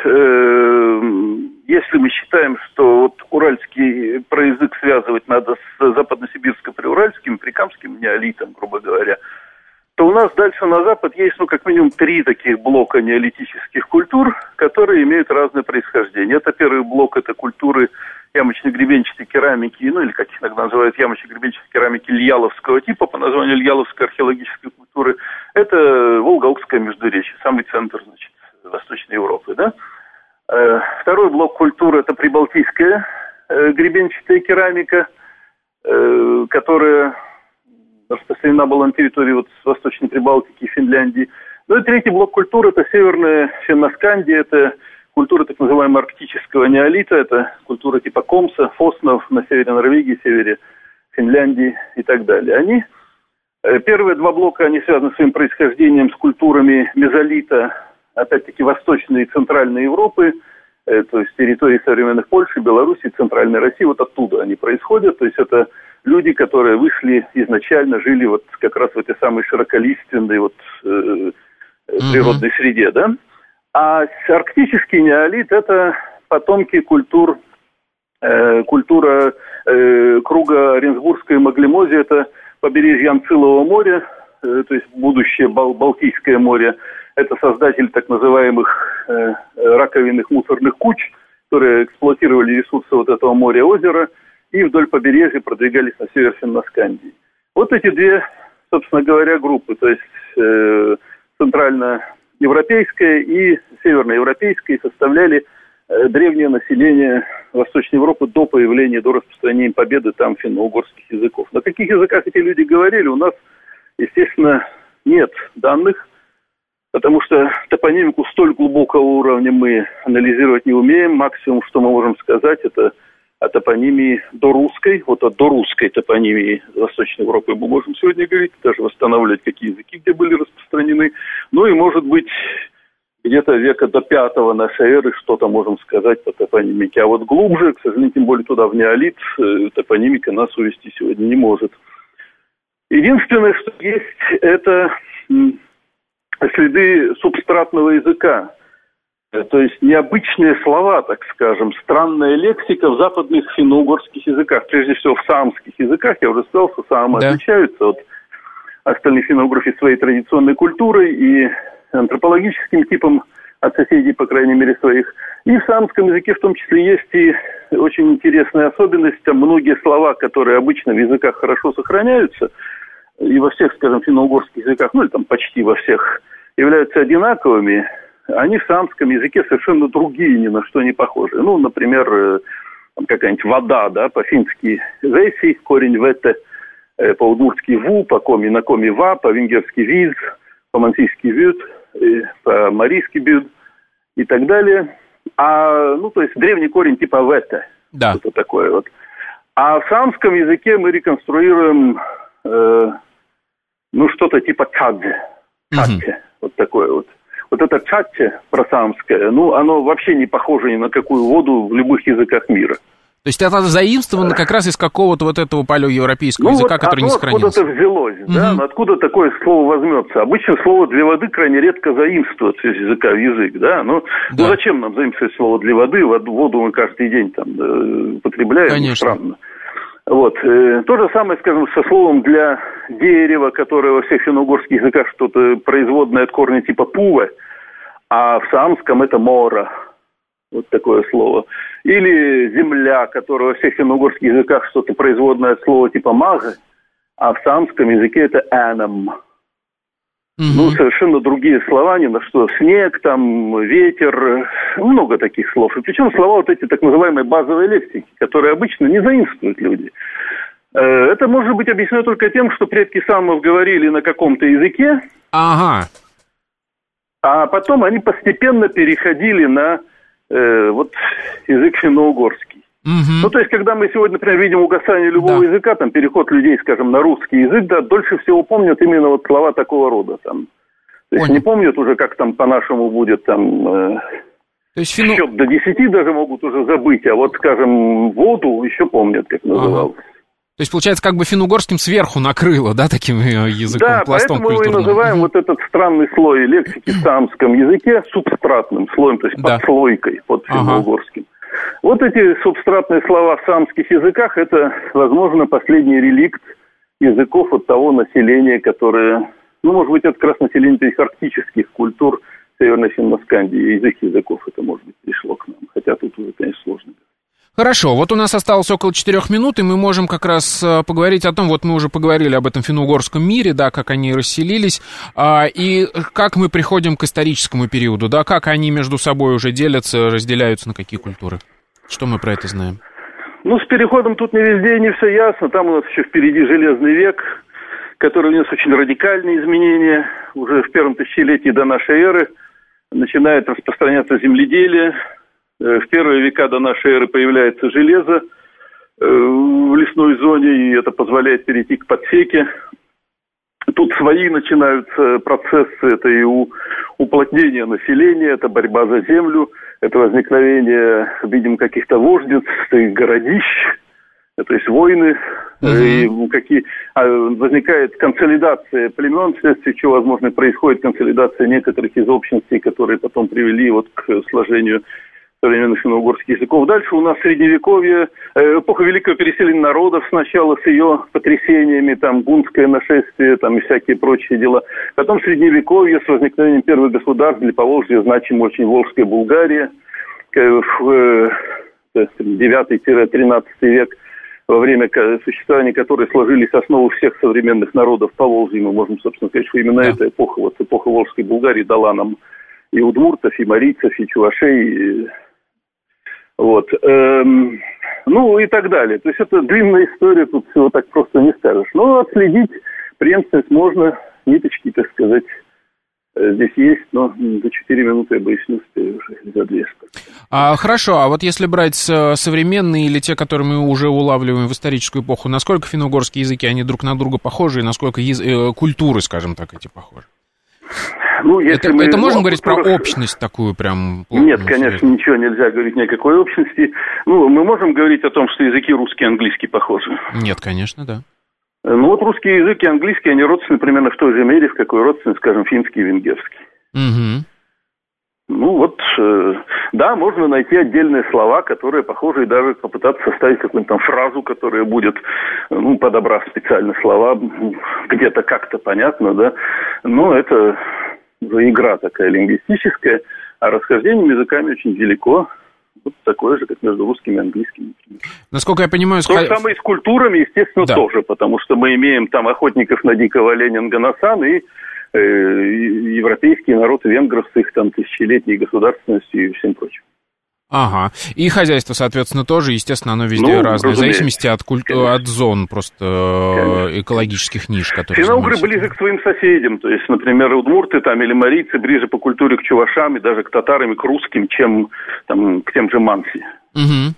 если мы считаем, что вот уральский проязык связывать надо с западносибирско-приуральским, прикамским неолитом, грубо говоря, то у нас дальше на запад есть, как минимум 3 таких блока неолитических культур, которые имеют разное происхождение. Это первый блок, это культуры ямочно-гребенчатой керамики, или, как их иногда называют, ямочно-гребенчатой керамики льяловского типа, по названию Льяловской археологической культуры. Это Волго-Окское междуречье, самый центр, Восточной Европы, да. Второй блок культуры – это прибалтийская гребенчатая керамика, которая распространена была на территории Восточной Прибалтики и Финляндии. Ну и третий блок культуры – это северная Финноскандия, это культура так называемого арктического неолита, это культура типа Комса, Фоснов на севере Норвегии, севере Финляндии и так далее. Первые 2 блока, они связаны своим происхождением с культурами мезолита, опять-таки, Восточной и Центральной Европы, то есть территории современных Польши, Белоруссии, Центральной России, вот оттуда они происходят, то есть это люди, которые вышли изначально, жили как раз в этой самой широколиственной природной среде, да. А арктический неолит – это потомки культура круга Оренбургской Маглемозии, это побережье Анцилового моря, то есть будущее Балтийское море. Это создатель так называемых раковинных мусорных куч, которые эксплуатировали ресурсы этого моря-озера и вдоль побережья продвигались на север Финноскандии. Вот эти 2, собственно говоря, группы, то есть центральноевропейская и северноевропейская, составляли древнее население Восточной Европы до распространения победы там финно-угорских языков. На каких языках эти люди говорили, у нас, естественно, нет данных, потому что топонимику столь глубокого уровня мы анализировать не умеем. Максимум, что мы можем сказать, это о топонимии дорусской. Вот о дорусской топонимии Восточной Европы мы можем сегодня говорить, даже восстанавливать какие языки, где были распространены. Ну и, может быть, где-то века до 5 нашей эры что-то можем сказать по топонимике. А вот глубже, к сожалению, тем более туда в неолит, топонимика нас увести сегодня не может. Единственное, что есть, это следы субстратного языка. То есть необычные слова, так скажем, странная лексика в западных финно-угорских языках. Прежде всего в саамских языках. Я уже сказал, что саамы отличаются от остальных финно-угров своей традиционной культурой и антропологическим типом от соседей, по крайней мере, своих. И в саамском языке в том числе есть и очень интересная особенность. Там многие слова, которые обычно в языках хорошо сохраняются, и во всех, скажем, финно-угорских языках, или там почти во всех, являются одинаковыми, они в саамском языке совершенно другие, ни на что не похожи. Например, какая-нибудь вода, да, по-фински «веси», корень «вете», по-удмуртски «ву», на коми «ва», по-венгерски «виз», по-мансийски «вют», по-марийски «бюд» и так далее. То есть древний корень типа «вете». Да. Что-то такое вот. А в саамском языке мы реконструируем что-то типа «чадзе». Вот такое вот. Вот это «чадзе» просаамское, оно вообще не похоже ни на какую воду в любых языках мира. То есть это заимствовано как раз из какого-то этого палеоевропейского языка, который не сохранился. Откуда-то взялось, да? Откуда такое слово возьмется? Обычно слово «для воды» крайне редко заимствуется из языка в язык, да? Зачем нам заимствовать слово «для воды»? Воду мы каждый день употребляем. Конечно. Странно. То же самое, скажем, со словом «для дерева», которое во всех финно-угорских языках что-то производное от корня типа «пува», а в саамском это «мора». Вот такое слово. Или «земля», которое во всех финно-угорских языках что-то производное от слова типа «мага», а в саамском языке это «энам». Совершенно другие слова, ни на что. Снег, ветер, много таких слов. И причем слова эти так называемые базовые лексики, которые обычно не заимствуют люди. Это может быть объяснено только тем, что предки саамов говорили на каком-то языке, а потом они постепенно переходили на язык финно-угорский. То есть, когда мы сегодня, например, видим угасание любого языка, переход людей, скажем, на русский язык, дольше всего помнят именно слова такого рода. То есть не помнят уже, как там по-нашему будет там... То есть счет до 10 даже могут уже забыть, а вот, скажем, воду еще помнят, как называлось. Ага. То есть, получается, как бы финно-угорским сверху накрыло, да, таким языком, да, пластом культурным? Да, поэтому мы и называем вот этот странный слой лексики в саамском языке субстратным слоем, то есть подслойкой под финно-угорским. Вот эти субстратные слова в саамских языках, это, возможно, последний реликт языков от того населения, которое, ну, может быть, это как раз население этих арктических культур Северной Финно-Скандии, из их языков это, может быть, пришло к нам, хотя тут уже, конечно, сложно. Хорошо, вот у нас осталось около 4 минут, и мы можем как раз поговорить о том, вот мы уже поговорили об этом финно-угорском мире, да, как они расселились, и как мы приходим к историческому периоду, да, как они между собой уже делятся, разделяются на какие культуры. Что мы про это знаем? Ну, с переходом тут не везде не все ясно, там у нас еще впереди Железный век, который внес очень радикальные изменения, уже в первом тысячелетии до нашей эры начинает распространяться земледелие. В первые века до нашей эры появляется железо в лесной зоне, и это позволяет перейти к подсеке. Тут свои начинаются процессы, это и уплотнение населения, это борьба за землю, это возникновение, видимо, каких-то вождиц, городищ, то есть войны, и возникает консолидация племен, вследствие чего, возможно, происходит консолидация некоторых из общностей, которые потом привели вот к сложению современных финно-угорских языков. Дальше у нас средневековье, эпоха великого переселения народов, сначала с ее потрясениями, там, гунское нашествие, там, и всякие прочие дела. Потом средневековье с возникновением первых государств для Поволжья, значимо очень Волжская Булгария, в 9-13 век, во время существования которой сложились основы всех современных народов Поволжья. Мы можем, собственно, сказать, что именно эта эпоха, вот эпоха Волжской Булгарии дала нам и удмуртов, и марийцев, и чувашей, вот. Ну и так далее. То есть это длинная история, тут всего так просто не скажешь. Но отследить преемственность можно, ниточки, так сказать, здесь есть, но за 4 минуты я боюсь не успею уже, за 2. Хорошо, а вот если брать современные или те, которые мы уже улавливаем в историческую эпоху, насколько финно-угорские языки, они друг на друга похожи, и насколько культуры, скажем так, эти похожи? Ну, если это можем говорить про общность такую прям? Нет, конечно, ничего нельзя говорить ни о какой общности. Ну, мы можем говорить о том, что языки русский и английский похожи? Нет, конечно, да. Ну, вот русский язык и английский, они родственны примерно в той же мере, в какой родственны, скажем, финский и венгерский. Угу. Ну, вот, да, можно найти отдельные слова, которые похожи, и даже попытаться составить какую-нибудь там фразу, которая будет, ну, подобрав специально слова, где-то как-то понятно, да, но это уже игра такая лингвистическая, а расхождение языками очень велико, вот такое же, как между русским и английским. Насколько я понимаю... То же самое и с культурами, естественно, тоже, потому что мы имеем там охотников на дикого оленя Нганасан и европейский народ венгров с их там тысячелетней государственностью и всем прочим. Ага. И хозяйство, соответственно, тоже, естественно, оно везде разное, в зависимости от зон просто экологических ниш, которые... Финно-угры ближе к своим соседям, то есть, например, удмурты там или марийцы ближе по культуре к чувашам и даже к татарам и к русским, чем там, к тем же манси. Угу.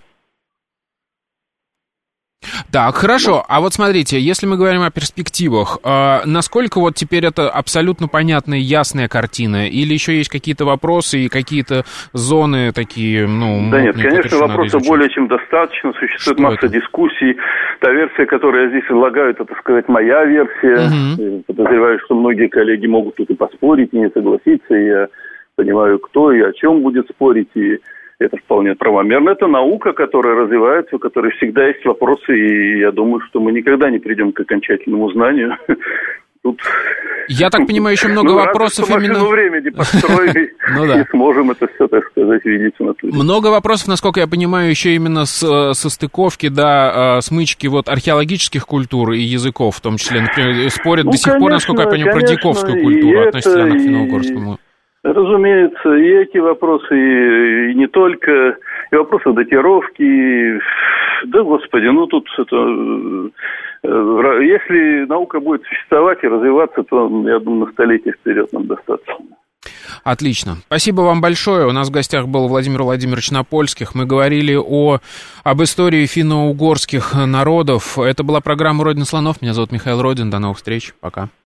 Так, хорошо. А вот смотрите, если мы говорим о перспективах, насколько вот теперь это абсолютно понятная, ясная картина? Или еще есть какие-то вопросы и какие-то зоны такие, ну... Да нет, конечно, вопросов более чем достаточно. Существует масса дискуссий. Та версия, которую я здесь предлагаю, это, так сказать, моя версия. Подозреваю, что многие коллеги могут тут и поспорить, и не согласиться. И я понимаю, кто и о чем будет спорить, и... Это вполне правомерно. Это наука, которая развивается, у которой всегда есть вопросы, и я думаю, что мы никогда не придем к окончательному знанию. Тут... Я так понимаю, еще много вопросов разве, именно... машину времени построили, и сможем это все, так сказать, видеть в натуре. Много вопросов, насколько я понимаю, еще именно со стыковки, да, смычки вот археологических культур и языков, в том числе, например, спорят до сих пор, насколько я понимаю, про диковскую культуру относительно к финно-угорскому. Разумеется, и эти вопросы, и не только, и вопросы датировки, да, господи, ну тут это, если наука будет существовать и развиваться, то, я думаю, на столетие вперед нам достаточно. Отлично. Спасибо вам большое. У нас в гостях был Владимир Владимирович Напольских. Мы говорили об истории финно-угорских народов. Это была программа «Родина слонов». Меня зовут Михаил Родин. До новых встреч. Пока.